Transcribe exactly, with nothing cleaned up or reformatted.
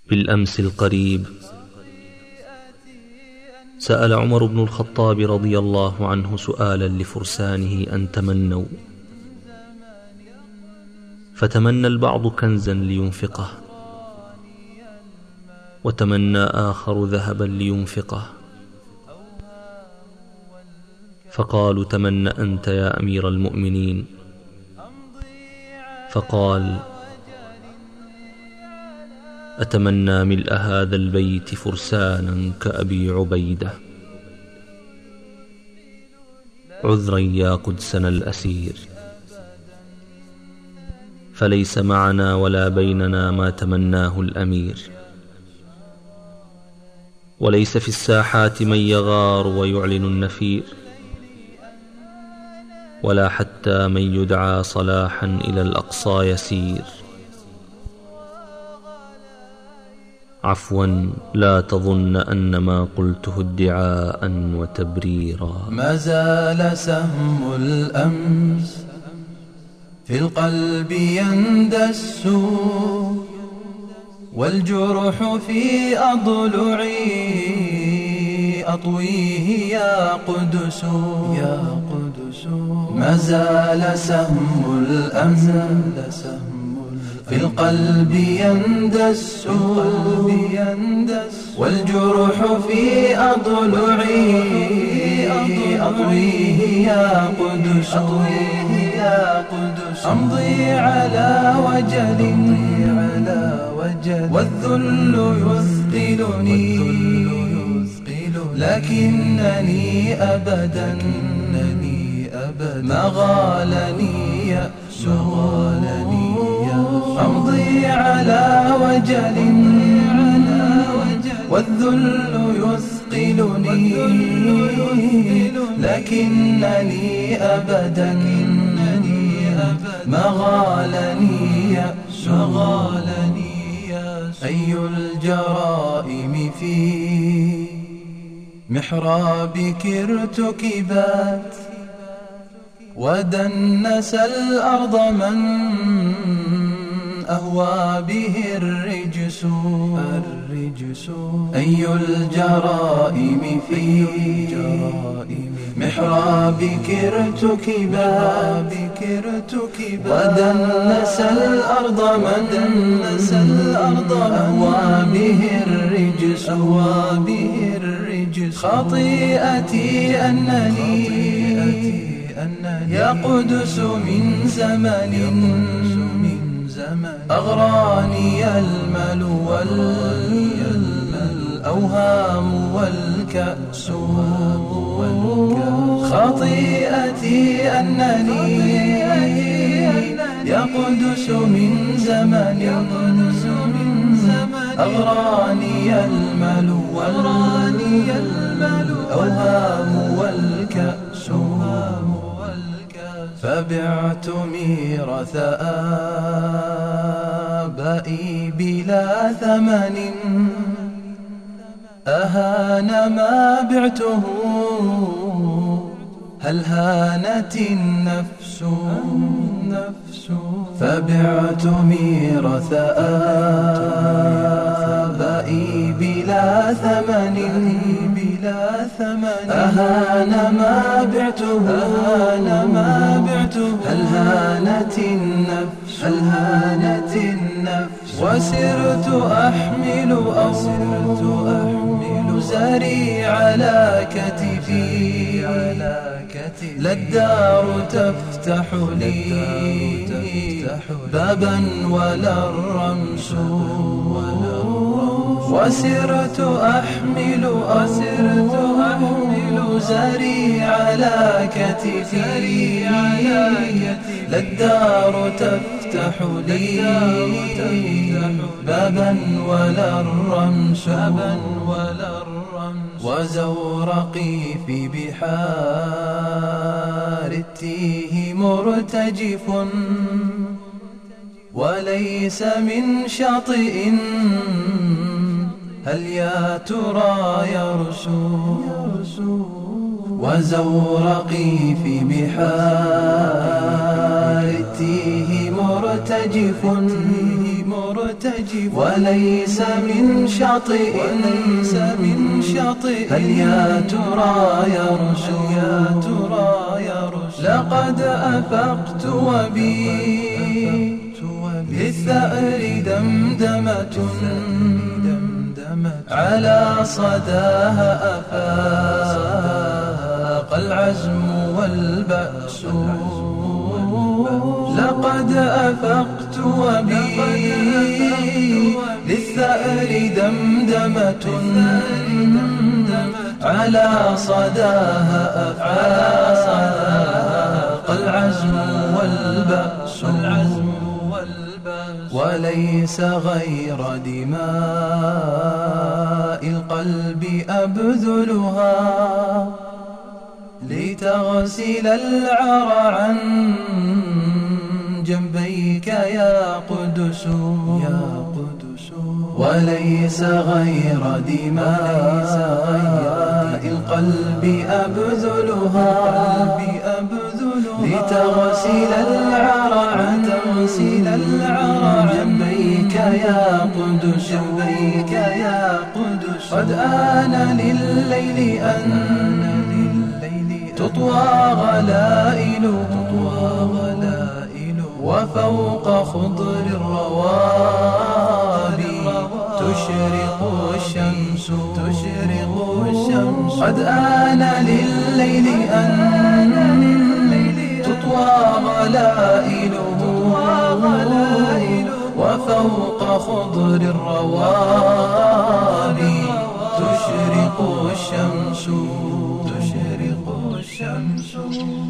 بالأمس القريب سأل عمر بن الخطاب رضي الله عنه سؤالا لفرسانه أن تمنوا، فتمنى البعض كنزا لينفقه، وتمنى آخر ذهبا لينفقه، فقالوا تمنى أنت يا أمير المؤمنين، فقال أتمنى ملء هذا البيت فرسانا كأبي عبيدة. عذرا يا قدسنا الأسير، فليس معنا ولا بيننا ما تمناه الأمير، وليس في الساحات من يغار ويعلن النفير، ولا حتى من يدعى صلاحا إلى الأقصى يسير. عفوا لا تظن أن ما قلته ادعاء وتبريرا. ما زال سهم الأمس في القلب يندس، والجرح في أضلعي أطويه يا قدس يا قدس. ما زال سهم الأمس في القلب يندس، والجرح في أضلعي أطويه يا قدس. أمضي على وجل والذل يثقلني، لكنني أبدا ما غالني يأس. أمضي على وجل والذل يثقلني، لكنني أبدا ما غالني يأس. أي الجرائم في محرابك ارتكبت، ودنس الأرض من أهوى به الرجس. أي الجرائم في محرابك ارتكبت، ودنس الأرض من أهوى به الرجس. خطيئتي أنني يا قدس من زمن أغراني المال والأوهام والكأس. خطيئتي أنني يا قدس من زمن أغراني المال والأوهام والكأس. فبعت ميراث آبائي بلا ثمن، أهان ما بعته هل هانت النفس. فبعت ميراث آبائي بلا ثمن، أهان ما بعته هل هانت النفس. وسرت أحمل أوزاري على كتفي، لا الدار تفتح لي بابا ولا الرمس. وسرت أحمل أوزاري على كتفي، لا الدار تفتح لي بابا ولا الرمس. وزورقي في بحار التيه مرتجف، وليس من شاطئ هل يا ترى يرسو. وزورقي في بحار التيه مرتجف، مرتجف وليس من شاطئ وليس من شاطئ هل يا ترى يرجو يا ترى يرجو لقد أفقت وبي للثأر دمدمة على صداها أفاق العزم والبأس لقد أفقت وبي للثأر دمدمة على صداها أفاق العزم والبأس وليس غير دماء القلب أبذلها لتغسل العرى عن جنبيك يا قدس يا قدس وليس غير دماء القلب أبذلها لتغسل العرى عن تغسل العرى جنبيك يا قدس جنبيك يا قدس قد آن لليل أن تطوى غلائله وفوق خضر الروابي تشرق الشمس تشرق الشمس قد آن لليل أن تطوى غلائله وفوق خضر الروابي تشرق الشمس تشرق الشمس